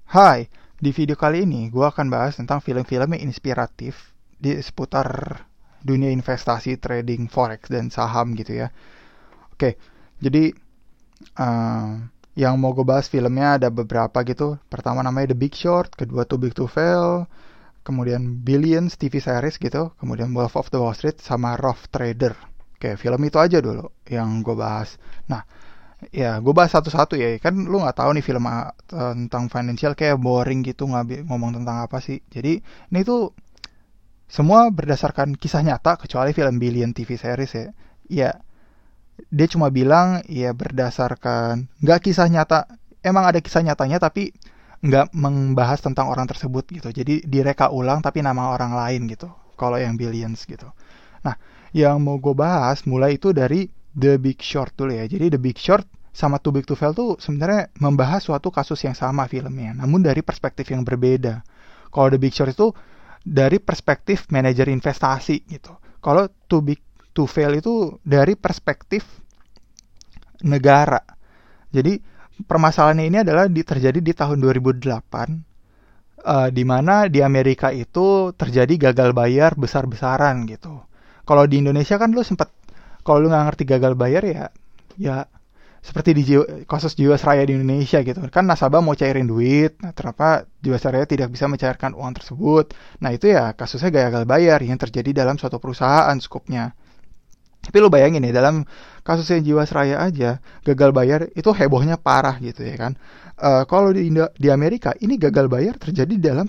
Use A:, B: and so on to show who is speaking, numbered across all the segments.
A: Hai, di video kali ini gue akan bahas tentang film-film yang inspiratif di seputar dunia investasi, trading, forex, dan saham gitu ya. Oke, jadi eh, yang mau gue bahas filmnya ada beberapa gitu. Pertama namanya The Big Short, kedua Too Big to Fail, kemudian Billions TV series gitu, kemudian Wolf of the Wall Street, sama Rough Trader. Oke, film itu aja dulu yang gue bahas. Nah, ya, gue bahas satu-satu ya. Kan lu nggak tahu nih film tentang financial kayak boring gitu ngomong tentang apa sih. Jadi ini tuh semua berdasarkan kisah nyata kecuali film Billion TV series ya. Ya, dia cuma bilang ya berdasarkan nggak kisah nyata. Emang ada kisah nyatanya tapi nggak membahas tentang orang tersebut gitu. Jadi direka ulang tapi nama orang lain gitu. Kalau yang Billions gitu. Nah, yang mau gue bahas mulai itu dari The Big Short dulu ya. Jadi The Big Short sama Too Big to Fail tuh sebenarnya membahas suatu kasus yang sama filmnya, namun dari perspektif yang berbeda. Kalau The Big Short itu dari perspektif manajer investasi gitu. Kalau Too Big to Fail itu dari perspektif negara. Jadi permasalahannya ini adalah terjadi di tahun 2008, di mana di Amerika itu terjadi gagal bayar besar-besaran gitu. Kalau di Indonesia kan lu sempat, kalau lu nggak ngerti gagal bayar ya seperti di kasus Jiwasraya di Indonesia gitu kan, nasabah mau cairin duit, nah ternyata Jiwasraya tidak bisa mencairkan uang tersebut. Nah itu ya kasusnya gagal bayar yang terjadi dalam suatu perusahaan skupnya. Tapi lu bayangin ya, dalam kasusnya Jiwasraya aja gagal bayar itu hebohnya parah gitu ya kan. Kalau di Amerika ini gagal bayar terjadi dalam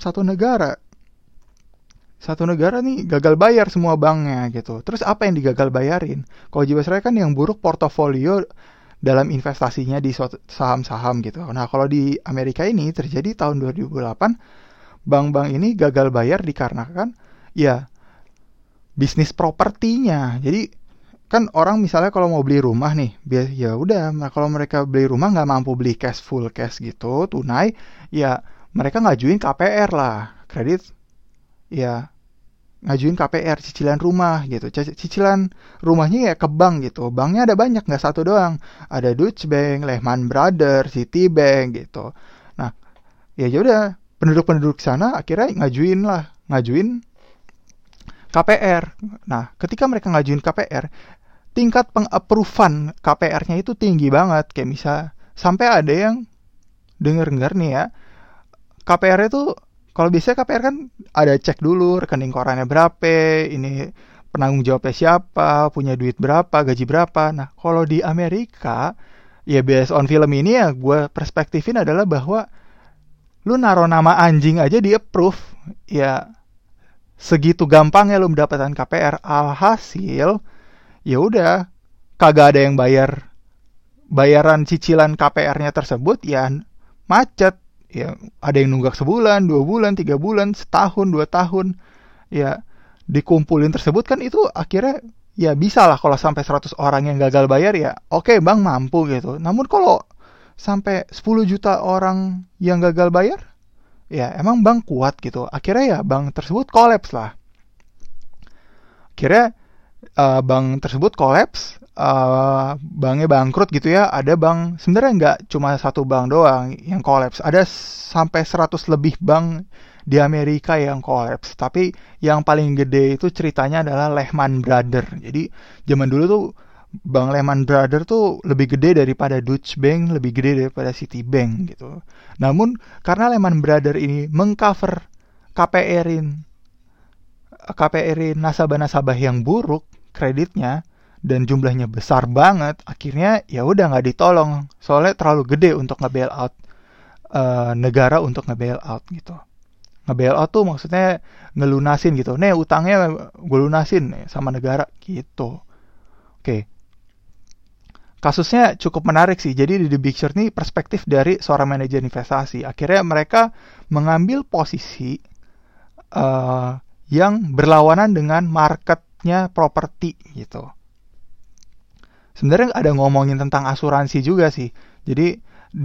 A: satu negara nih gagal bayar semua banknya gitu. Terus apa yang digagal bayarin? Kalau Jiwasraya kan yang buruk portofolio dalam investasinya di saham-saham gitu. Nah, kalau di Amerika ini terjadi tahun 2008, bank-bank ini gagal bayar dikarenakan ya bisnis propertinya. Jadi kan orang misalnya kalau mau beli rumah nih, ya udah, nah kalau mereka beli rumah nggak mampu beli cash, full cash gitu tunai, ya mereka ngajuin KPR lah, kredit, ya ngajuin KPR, cicilan rumah gitu. Cicilan rumahnya ya ke bank gitu. Banknya ada banyak, nggak satu doang. Ada Deutsche Bank, Lehman Brothers, Citibank gitu. Nah, ya udah, penduduk-penduduk sana akhirnya ngajuin KPR. Nah, ketika mereka ngajuin KPR, tingkat pengapprovean KPR-nya itu tinggi banget. Kayak misal sampai ada yang denger-denger nih ya, KPR itu, kalau biasanya KPR kan ada cek dulu rekening korannya berapa, ini penanggung jawabnya siapa, punya duit berapa, gaji berapa. Nah, kalau di Amerika, ya based on film ini ya gue perspektifin adalah bahwa lu naruh nama anjing aja di approve, ya segitu gampangnya lu mendapatkan KPR. Alhasil, ya udah kagak ada yang bayaran cicilan KPR-nya tersebut, ya macet. Ya ada yang nunggak sebulan, 2 bulan, 3 bulan, setahun, 2 tahun. Ya dikumpulin tersebut kan itu akhirnya ya bisa lah kalau sampai 100 orang yang gagal bayar, ya oke, bank mampu gitu. Namun kalau sampai 10 juta orang yang gagal bayar, ya emang bank kuat gitu. Akhirnya ya bank tersebut kolaps lah. Akhirnya bank tersebut kolaps, banknya bangkrut gitu ya. Ada bank, sebenarnya nggak cuma satu bank doang yang kolaps, ada sampai 100 lebih bank di Amerika yang kolaps. Tapi yang paling gede itu ceritanya adalah Lehman Brothers. Jadi zaman dulu tuh Bank Lehman Brothers tuh lebih gede daripada Deutsche Bank, lebih gede daripada Citibank gitu. Namun karena Lehman Brothers ini mengcover KPR-in KPR nasabah-nasabah yang buruk kreditnya dan jumlahnya besar banget, akhirnya ya udah nggak ditolong soalnya terlalu gede untuk nge-bail out, negara untuk nge-bail out gitu. Nge-bail out tuh maksudnya ngelunasin gitu. Nih utangnya gue lunasin nih sama negara gitu. Oke. Kasusnya cukup menarik sih. Jadi di The Big Short ini perspektif dari seorang manajer investasi. Akhirnya mereka mengambil posisi eh, yang berlawanan dengan marketnya properti gitu. Sebenarnya ada ngomongin tentang asuransi juga sih. Jadi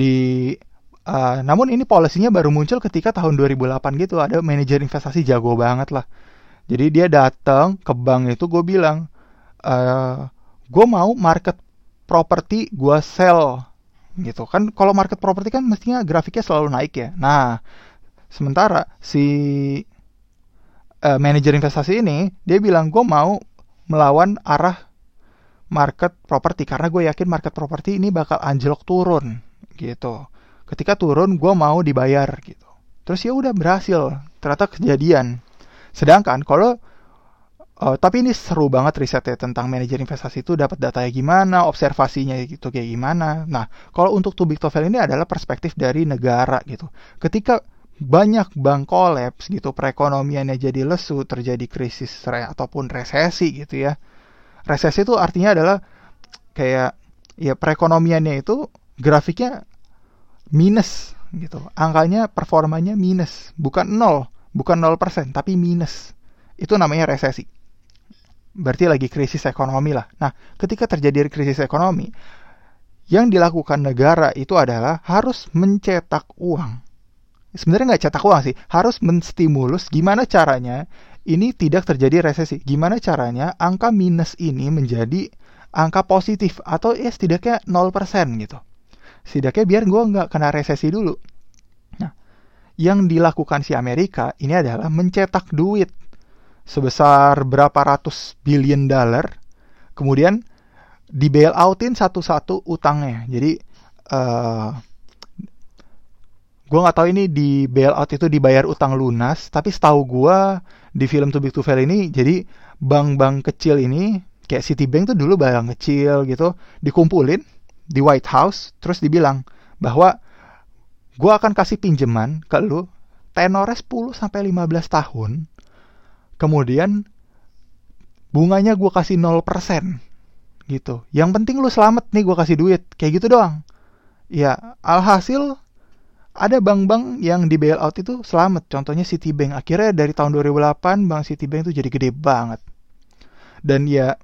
A: namun ini polisinya baru muncul ketika tahun 2008 gitu. Ada manajer investasi jago banget lah. Jadi dia datang ke bank itu, gue bilang, gue mau market properti, gue sell gitu kan. Kalau market properti kan mestinya grafiknya selalu naik ya. Nah, sementara si manajer investasi ini dia bilang gue mau melawan arah market properti karena gue yakin market properti ini bakal anjlok turun gitu. Ketika turun gue mau dibayar gitu. Terus ya udah berhasil, ternyata kejadian. Sedangkan kalau tapi ini seru banget risetnya tentang manajer investasi itu, dapat datanya gimana, observasinya itu kayak gimana. Nah, kalau untuk too big to fail ini adalah perspektif dari negara gitu. Ketika banyak bank kolaps gitu, perekonomiannya jadi lesu, terjadi krisis ataupun resesi gitu ya. Resesi itu artinya adalah kayak ya perekonomiannya itu grafiknya minus gitu. Angkanya performanya minus, bukan 0%, tapi minus. Itu namanya resesi. Berarti lagi krisis ekonomi lah. Nah, ketika terjadi krisis ekonomi, yang dilakukan negara itu adalah harus mencetak uang. Sebenarnya nggak cetak uang sih, harus menstimulus gimana caranya ini tidak terjadi resesi. Gimana caranya angka minus ini menjadi angka positif atau ya setidaknya 0% gitu. Setidaknya biar gue nggak kena resesi dulu. Nah, yang dilakukan si Amerika ini adalah mencetak duit sebesar berapa ratus billion dollar, kemudian di bail outin satu-satu utangnya. Jadi gue nggak tahu ini di bail out itu dibayar utang lunas, tapi setahu gue di film Too Big to Fail ini, jadi bank-bank kecil ini kayak Citibank tuh dulu bank kecil gitu dikumpulin di White House, terus dibilang bahwa gue akan kasih pinjaman ke lu tenornya 10-15 tahun. Kemudian bunganya gue kasih 0% gitu. Yang penting lu selamat nih, gue kasih duit. Kayak gitu doang. Ya, alhasil ada bank-bank yang di bailout itu selamat. Contohnya Citibank. Akhirnya dari tahun 2008 bank Citibank itu jadi gede banget. Dan ya,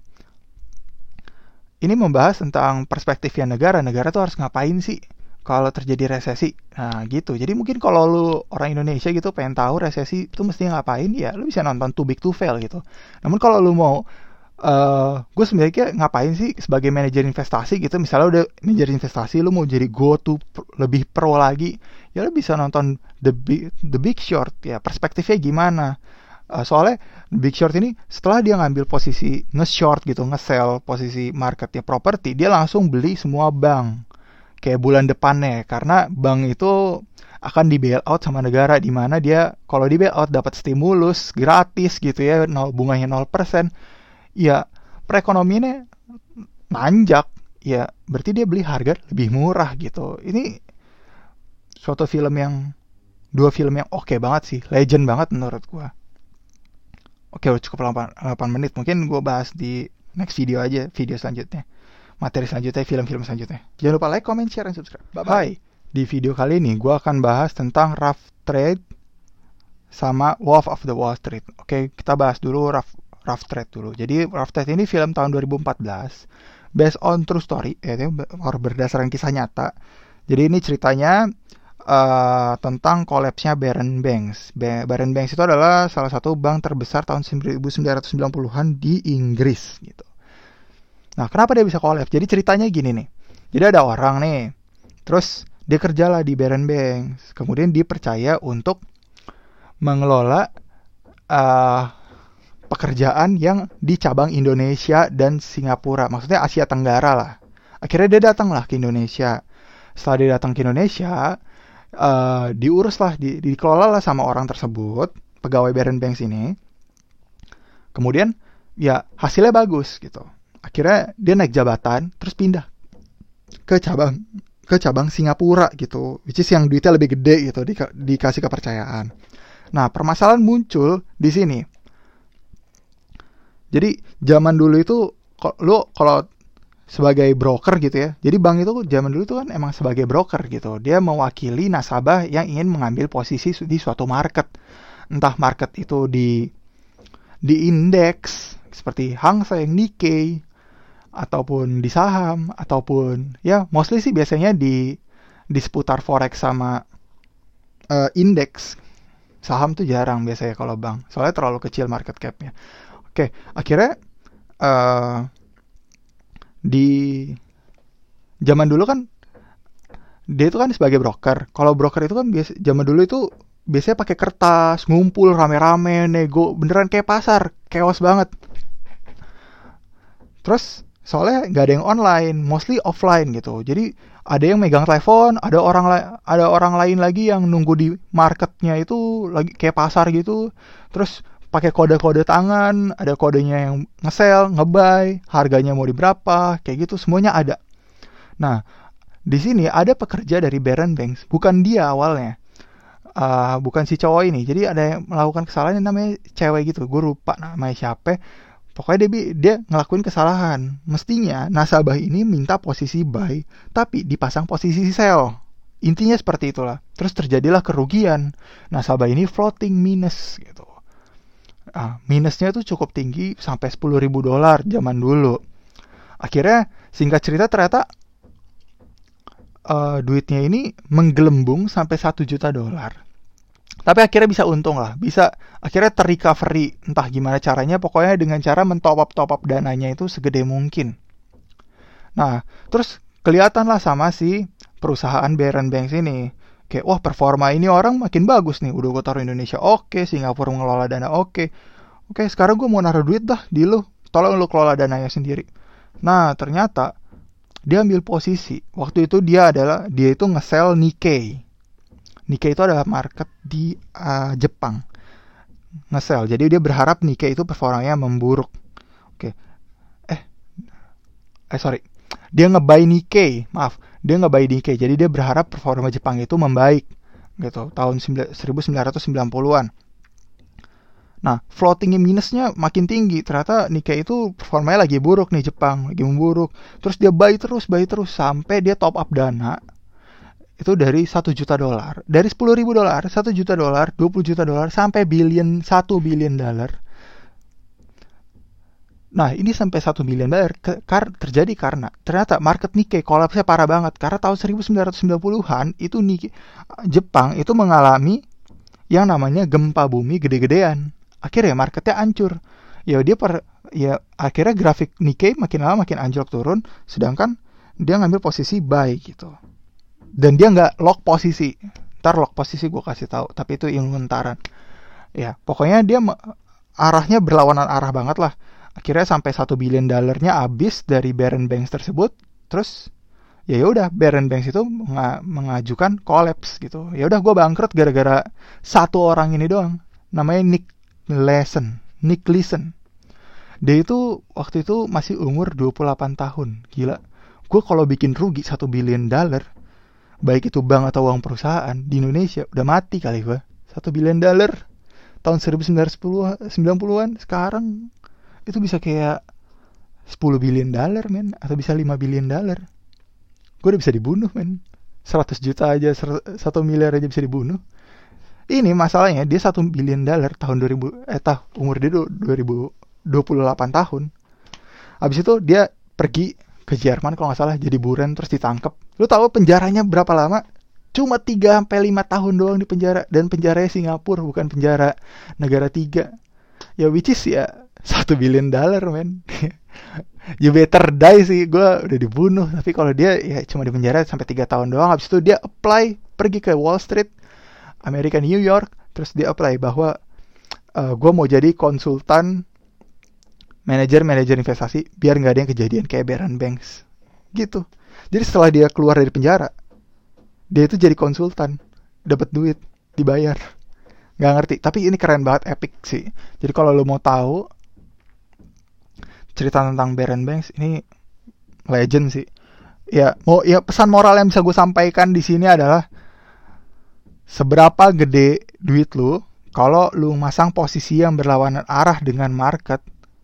A: ini membahas tentang perspektifnya negara. Negara tuh harus ngapain sih kalau terjadi resesi. Nah gitu. Jadi mungkin kalau lu orang Indonesia gitu pengen tahu resesi itu mesti ngapain, ya lu bisa nonton Too Big to Fail gitu. Namun kalau lu mau gue sebenarnya ngapain sih sebagai manajer investasi gitu, misalnya udah manajer investasi lu mau jadi go to lebih pro lagi, ya lu bisa nonton The Big Short ya, perspektifnya gimana. Soalnya The Big Short ini setelah dia ngambil posisi nge-short gitu, nge-sell posisi marketnya properti, dia langsung beli semua bank kayak bulan depannya, karena bank itu akan di bailout sama negara, di mana dia kalau di bailout dapat stimulus gratis gitu ya, bunganya 0%. Ya perekonomiannya nanjak, ya berarti dia beli harga lebih murah gitu. Ini suatu dua film yang oke banget sih, legend banget menurut gua. Oke, udah cukup 8 menit, mungkin gua bahas di next video aja, video selanjutnya, materi selanjutnya, film-film selanjutnya. Jangan lupa like, comment, share, dan subscribe. Bye-bye. Di video kali ini gue akan bahas tentang rough trade sama Wolf of the Wall Street. Oke, kita bahas dulu rough trade dulu. Jadi rough trade ini film tahun 2014, based on true story, berdasarkan kisah nyata. Jadi ini ceritanya tentang kolapsnya Barron Banks. Barron Banks itu adalah salah satu bank terbesar tahun 1990-an di Inggris gitu. Nah, kenapa dia bisa kolaps? Jadi ceritanya gini nih. Jadi ada orang nih, terus dia kerjalah di Barron Banks. Kemudian dia percaya untuk mengelola pekerjaan yang di cabang Indonesia dan Singapura. Maksudnya Asia Tenggara lah. Akhirnya dia datanglah ke Indonesia. Setelah dia datang ke Indonesia, diuruslah, dikelola lah sama orang tersebut, pegawai Barron Banks ini. Kemudian ya hasilnya bagus gitu. Akhirnya dia naik jabatan, terus pindah ke cabang Singapura gitu, which is yang duitnya lebih gede gitu, dikasih kepercayaan. Nah, permasalahan muncul di sini. Jadi zaman dulu itu lo kalau sebagai broker gitu ya, jadi bank itu zaman dulu itu kan emang sebagai broker gitu, dia mewakili nasabah yang ingin mengambil posisi di suatu market, entah market itu di indeks seperti Hang Seng, Nikkei, ataupun di saham, ataupun ya mostly sih biasanya di seputar forex sama indeks. Saham tuh jarang biasanya kalau bank, soalnya terlalu kecil market capnya. Oke, akhirnya di zaman dulu kan dia itu kan sebagai broker. Kalau broker itu kan biasa zaman dulu itu biasanya pakai kertas, ngumpul rame-rame, nego, beneran kayak pasar, chaos banget. Terus soalnya nggak ada yang online, mostly offline gitu. Jadi ada yang megang telepon, ada orang lain lagi yang nunggu di marketnya itu lagi kayak pasar gitu. Terus pakai kode-kode tangan, ada kodenya yang nge-sell, nge-buy, harganya mau di berapa, kayak gitu semuanya ada. Nah, di sini ada pekerja dari Baron Banks, bukan dia awalnya. Bukan si cowok ini. Jadi ada yang melakukan kesalahan yang namanya cewek gitu. Gue lupa namanya siapa. Pokoknya dia ngelakuin kesalahan. Mestinya nasabah ini minta posisi buy, tapi dipasang posisi sell. Intinya seperti itulah. Terus terjadilah kerugian. Nasabah ini floating minus gitu. Minusnya tuh cukup tinggi sampai $10,000 zaman dulu. Akhirnya singkat cerita ternyata duitnya ini menggelembung sampai $1 juta. Tapi akhirnya bisa untung lah, bisa akhirnya terrecovery, entah gimana caranya, pokoknya dengan cara mentop up dananya itu segede mungkin. Nah, terus kelihatan lah sama si perusahaan Baron Banks ini, kayak wah performa ini orang makin bagus nih, udah gue taruh Indonesia oke, Singapura mengelola dana oke, sekarang gue mau naruh duit dah di lu, tolong lu kelola dananya sendiri. Nah, ternyata dia ambil posisi, waktu itu dia itu nge-sell Nikkei. Nikkei itu adalah market di Jepang, nge-sell. Jadi dia berharap Nikkei itu performanya memburuk. Oke. Sorry. Dia nge-buy Nikkei. Dia nge-buy Nikkei. Jadi dia berharap performa Jepang itu membaik gitu tahun 1990-an. Nah, floating minusnya makin tinggi. Ternyata Nikkei itu performanya lagi buruk nih, Jepang lagi memburuk. Terus dia buy terus sampai dia top up dana. Itu dari $1 juta, dari $10,000, $1 juta, $20 juta, sampai $1 billion. Nah, ini sampai $1 billion terjadi karena ternyata market Nikkei kolapsnya parah banget. Karena tahun 1990-an itu Jepang itu mengalami yang namanya gempa bumi gede-gedean. Akhirnya marketnya hancur. Akhirnya grafik Nikkei makin lama makin anjlok turun, sedangkan dia ngambil posisi buy gitu. Dan dia nggak lock posisi. Ntar lock posisi gue kasih tahu, tapi itu inventaran. Ya, pokoknya dia arahnya berlawanan arah banget lah. Akhirnya sampai $1 billion habis dari Baron Banks tersebut. Terus ya udah Baron Banks itu mengajukan collapse gitu. Ya udah gue bangkrut gara-gara satu orang ini doang. Namanya Nick Leeson. Dia itu waktu itu masih umur 28 tahun. Gila. Gue kalau bikin rugi $1 billion, baik itu bank atau uang perusahaan di Indonesia udah mati kali gue. $1 billion tahun 1990-an, sekarang itu bisa kayak $10 billion men, atau bisa $5 billion. Gue udah bisa dibunuh men. 100 juta aja, 1 miliar aja bisa dibunuh. Ini masalahnya dia $1 billion tahun 2000 umur dia 28 tahun. Habis itu dia pergi ke Jerman kalau nggak salah, jadi buron terus ditangkap. Lu tahu penjaranya berapa lama? Cuma 3-5 tahun doang di penjara, dan penjaranya Singapura, bukan penjara negara 3. Ya which is ya $1 billion men. You better die sih, gue udah dibunuh. Tapi kalau dia ya cuma di penjara sampai 3 tahun doang. Habis itu dia pergi ke Wall Street, Amerika, New York. Terus dia apply bahwa gue mau jadi konsultan manajer investasi biar nggak ada yang kejadian kayak Baron Banks gitu. Jadi setelah dia keluar dari penjara, dia itu jadi konsultan, dapat duit, dibayar. Nggak ngerti, tapi ini keren banget, epic sih. Jadi kalau lo mau tahu cerita tentang Baron Banks, ini legend sih. Ya pesan moral yang bisa gue sampaikan di sini adalah seberapa gede duit lo, kalau lo masang posisi yang berlawanan arah dengan market,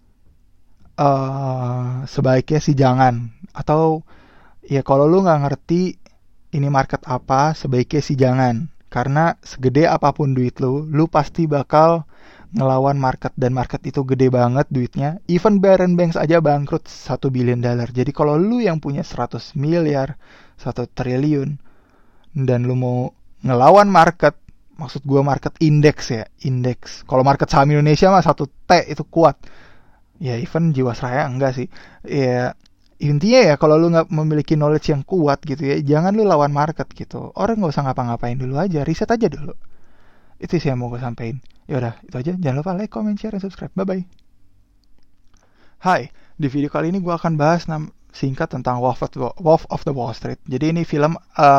A: sebaiknya sih jangan. Atau ya kalau lu nggak ngerti ini market apa, sebaiknya sih jangan. Karena segede apapun duit lu pasti bakal ngelawan market, dan market itu gede banget duitnya. Even Baron Banks aja bangkrut $1 billion. Jadi kalau lu yang punya 100 miliar, 1 triliun, dan lu mau ngelawan market, maksud gua market indeks ya, indeks. Kalau market saham Indonesia mah 1T itu kuat. Ya even Jiwasraya enggak sih. Ya Intinya ya kalau lu nggak memiliki knowledge yang kuat gitu ya, jangan lu lawan market gitu. Orang nggak usah ngapa-ngapain dulu aja, riset aja dulu. Itu sih yang mau gue sampaikan. Ya udah, itu aja. Jangan lupa like, comment, share, dan subscribe. Bye bye. Hai, di video kali ini gue akan bahas singkat tentang Wolf of the Wall Street. Jadi ini film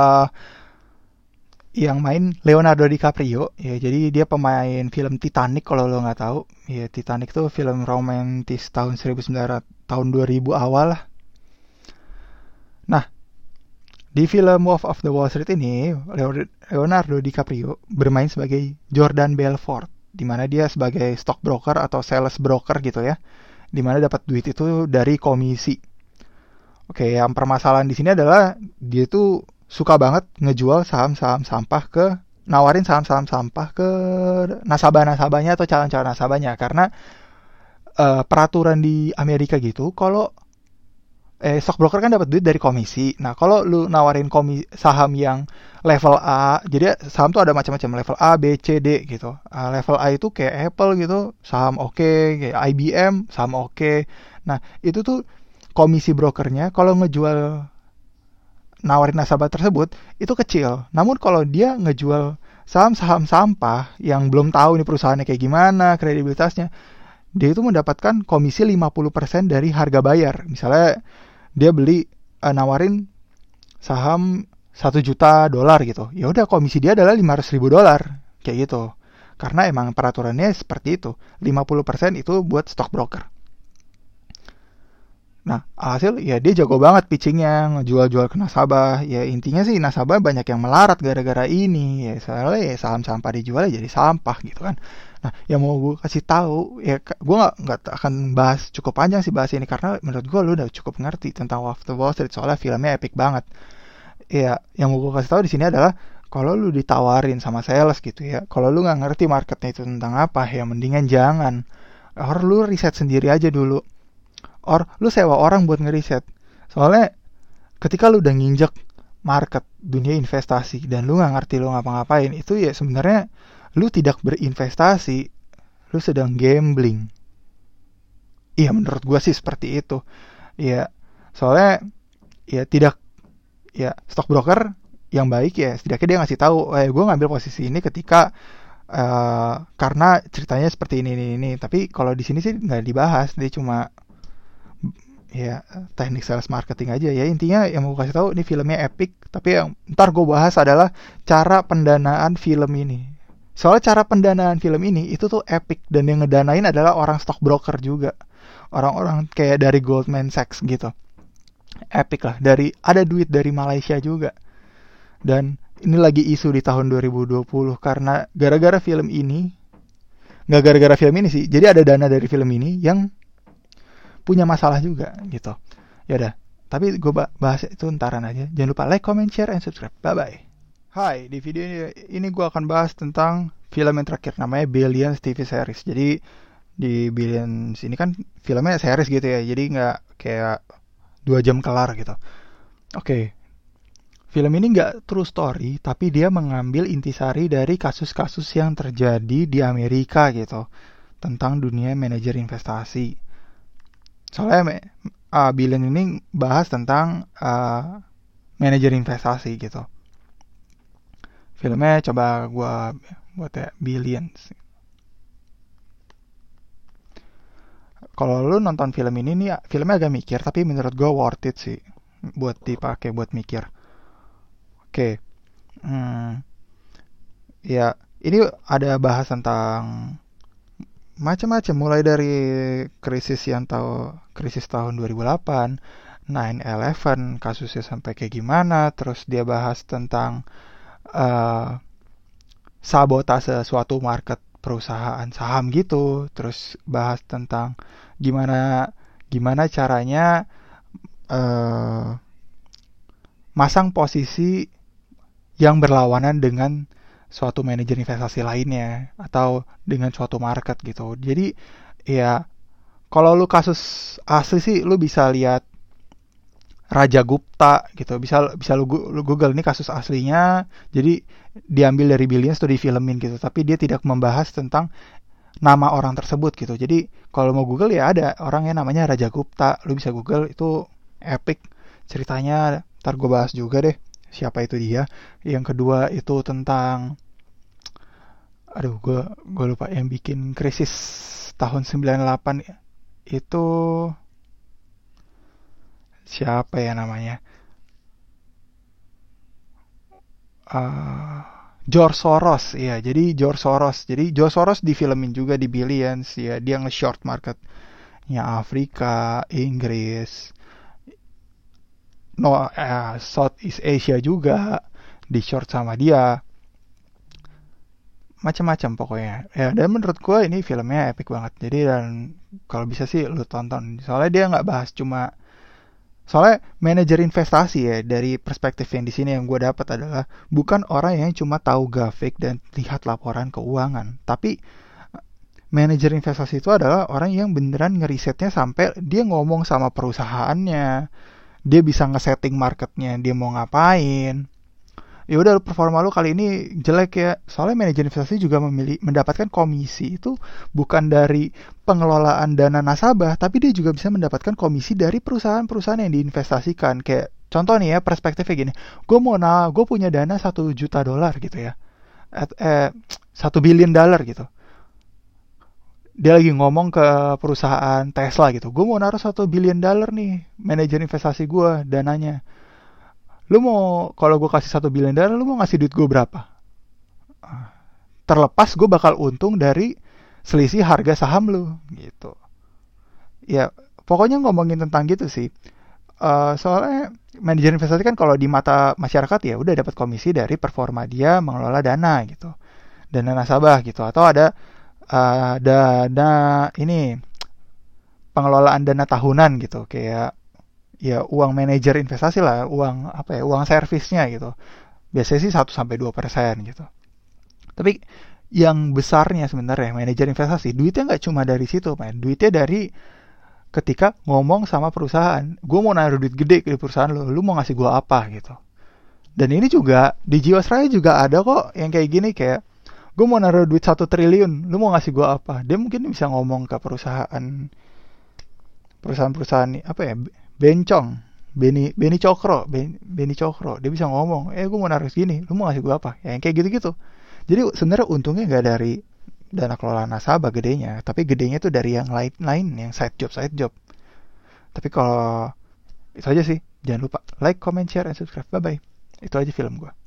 A: yang main Leonardo DiCaprio. Ya, jadi dia pemain film Titanic kalau lo nggak tahu. Ya, Titanic tuh film romantis tahun 1900 tahun 2000 awal lah. Nah, di film Wolf of the Wall Street ini Leonardo DiCaprio bermain sebagai Jordan Belfort, di mana dia sebagai stockbroker atau sales broker gitu ya, di mana dapat duit itu dari komisi. Oke, yang permasalahan di sini adalah dia tuh suka banget ngejual saham-saham sampah nawarin saham-saham sampah ke nasabah-nasabahnya atau calon-calon nasabahnya, karena peraturan di Amerika gitu, kalau stockbroker kan dapat duit dari komisi. Nah, kalau lu nawarin saham yang level A, jadi saham tuh ada macam-macam, level A, B, C, D gitu. Level A itu kayak Apple gitu, saham oke, kayak IBM, saham oke. Nah, itu tuh komisi brokernya kalau ngejual nawarin nasabah tersebut itu kecil. Namun kalau dia ngejual saham-saham sampah yang belum tahu nih perusahaannya kayak gimana, kredibilitasnya, dia itu mendapatkan komisi 50% dari harga bayar. Misalnya dia beli nawarin saham $1 juta gitu. Ya udah, komisi dia adalah $500,000 kayak gitu. Karena emang peraturannya seperti itu. 50% itu buat stockbroker. Nah, hasil ya dia jago banget pitchingnya, ngejual-jual ke nasabah. Ya intinya sih nasabah banyak yang melarat gara-gara ini. Ya soalnya ya saham sampah dijual jadi sampah gitu kan. Nah, yang mau gue kasih tahu ya, gue nggak akan bahas cukup panjang sih bahas ini, karena menurut gue lu udah cukup ngerti tentang Wolf of the Wall Street, soalnya filmnya epic banget. Ya, yang mau gue kasih tahu di sini adalah kalau lu ditawarin sama sales gitu ya, kalau lu nggak ngerti marketnya itu tentang apa, ya mendingan jangan. Or lu riset sendiri aja dulu. Or lu sewa orang buat ngeriset. Soalnya ketika lu udah nginjek market dunia investasi dan lu nggak ngerti lu ngapa-ngapain, itu ya sebenarnya lu tidak berinvestasi, lu sedang gambling. Iya, menurut gua sih seperti itu. Iya, soalnya ya tidak, ya stockbroker yang baik ya setidaknya dia ngasih tahu, gue ngambil posisi ini ketika karena ceritanya seperti ini. Tapi kalau di sini sih nggak dibahas, dia cuma ya teknik sales marketing aja ya. Intinya yang mau kasih tahu ini filmnya epic, tapi yang ntar gue bahas adalah cara pendanaan film ini. Soalnya cara pendanaan film ini itu tuh epic, dan yang ngedanain adalah orang stockbroker juga, orang-orang kayak dari Goldman Sachs gitu. Epic lah, ada duit dari Malaysia juga. Dan ini lagi isu di tahun 2020 karena gara-gara film ini, nggak gara-gara film ini sih, jadi ada dana dari film ini yang punya masalah juga gitu. Ya udah, tapi gue bahas itu ntaran aja. Jangan lupa like, comment, share, and subscribe. Bye bye. Hai, di video ini gue akan bahas tentang film yang terakhir, namanya Billions TV series. Jadi di Billions ini kan filmnya series gitu ya, jadi nggak kayak 2 jam kelar gitu. Oke, film ini nggak true story, tapi dia mengambil intisari dari kasus-kasus yang terjadi di Amerika gitu, tentang dunia manajer investasi. Soalnya Billions ini bahas tentang manajer investasi gitu. Filmnya coba gue buat ya, Billions. Kalau lu nonton film ini nih, filmnya agak mikir, tapi menurut gue worth it sih buat dipakai buat mikir. Oke. Ya, ini ada bahas tentang macam-macam, mulai dari krisis tahun 2008, 9/11 kasusnya sampai kayak gimana, terus dia bahas tentang sabotase suatu market perusahaan saham gitu, terus bahas tentang gimana caranya masang posisi yang berlawanan dengan suatu manajer investasi lainnya atau dengan suatu market gitu. Jadi ya kalau lu kasus asli sih lu bisa lihat Raja Gupta gitu, bisa lu Google ini kasus aslinya, jadi diambil dari Billions tuh difilmin gitu, tapi dia tidak membahas tentang nama orang tersebut gitu. Jadi kalau mau Google ya ada orangnya namanya Raja Gupta, lu bisa Google, itu epic ceritanya, ntar gue bahas juga deh siapa itu dia. Yang kedua itu tentang, aduh gue lupa, yang bikin krisis tahun 98 itu siapa ya namanya, uh, George Soros ya. Jadi George Soros difilmin juga di Billions ya, dia nge-short marketnya Afrika, Inggris, Southeast Asia juga di short sama dia, macam-macam pokoknya ya. Dan menurut gue ini filmnya epic banget, jadi dan kalau bisa sih lu tonton, soalnya dia nggak bahas cuma, soalnya manajer investasi ya, dari perspektif yang di sini yang gue dapat adalah bukan orang yang cuma tahu grafik dan lihat laporan keuangan, tapi manajer investasi itu adalah orang yang beneran ngerisetnya sampai dia ngomong sama perusahaannya, dia bisa ngesetting marketnya, dia mau ngapain. Ya udah, performa lu kali ini jelek ya, soalnya manajer investasi juga mendapatkan komisi itu bukan dari pengelolaan dana nasabah, tapi dia juga bisa mendapatkan komisi dari perusahaan-perusahaan yang diinvestasikan. Kayak contoh nih ya, perspektifnya gini, gue punya dana $1 juta gitu ya, 1 billion gitu. Dia lagi ngomong ke perusahaan Tesla gitu, gue mau naruh $1 billion nih, manajer investasi gue dananya. Lu mau, kalau gue kasih $1 billion, lu mau ngasih duit gue berapa? Terlepas gue bakal untung dari selisih harga saham lu gitu. Ya pokoknya ngomongin tentang gitu sih. Soalnya manajer investasi kan kalau di mata masyarakat ya udah dapat komisi dari performa dia mengelola dana gitu, dana nasabah gitu, atau ada dana ini, pengelolaan dana tahunan gitu, kayak ya uang manajer investasi lah, uang apa ya, uang servisnya gitu. Biasanya sih 1-2% gitu. Tapi yang besarnya sebenarnya manajer investasi duitnya nggak cuma dari situ, man. Duitnya dari ketika ngomong sama perusahaan, gue mau naruh duit gede ke perusahaan lu mau ngasih gue apa gitu. Dan ini juga di Jiwasraya juga ada kok yang kayak gini, kayak gue mau naruh duit 1 triliun, lu mau ngasih gue apa? Dia mungkin bisa ngomong ke perusahaan apa ya, Bencong, Beni Cokro, Beni Cokro, dia bisa ngomong, gue mau naruh segini, lu mau ngasih gue apa? Ya, yang kayak gitu-gitu. Jadi sebenarnya untungnya nggak dari dana kelola nasabah gedenya, tapi gedenya tuh dari yang lain, yang side job. Tapi kalau itu aja sih, jangan lupa like, comment, share, and subscribe. Bye bye. Itu aja film gue.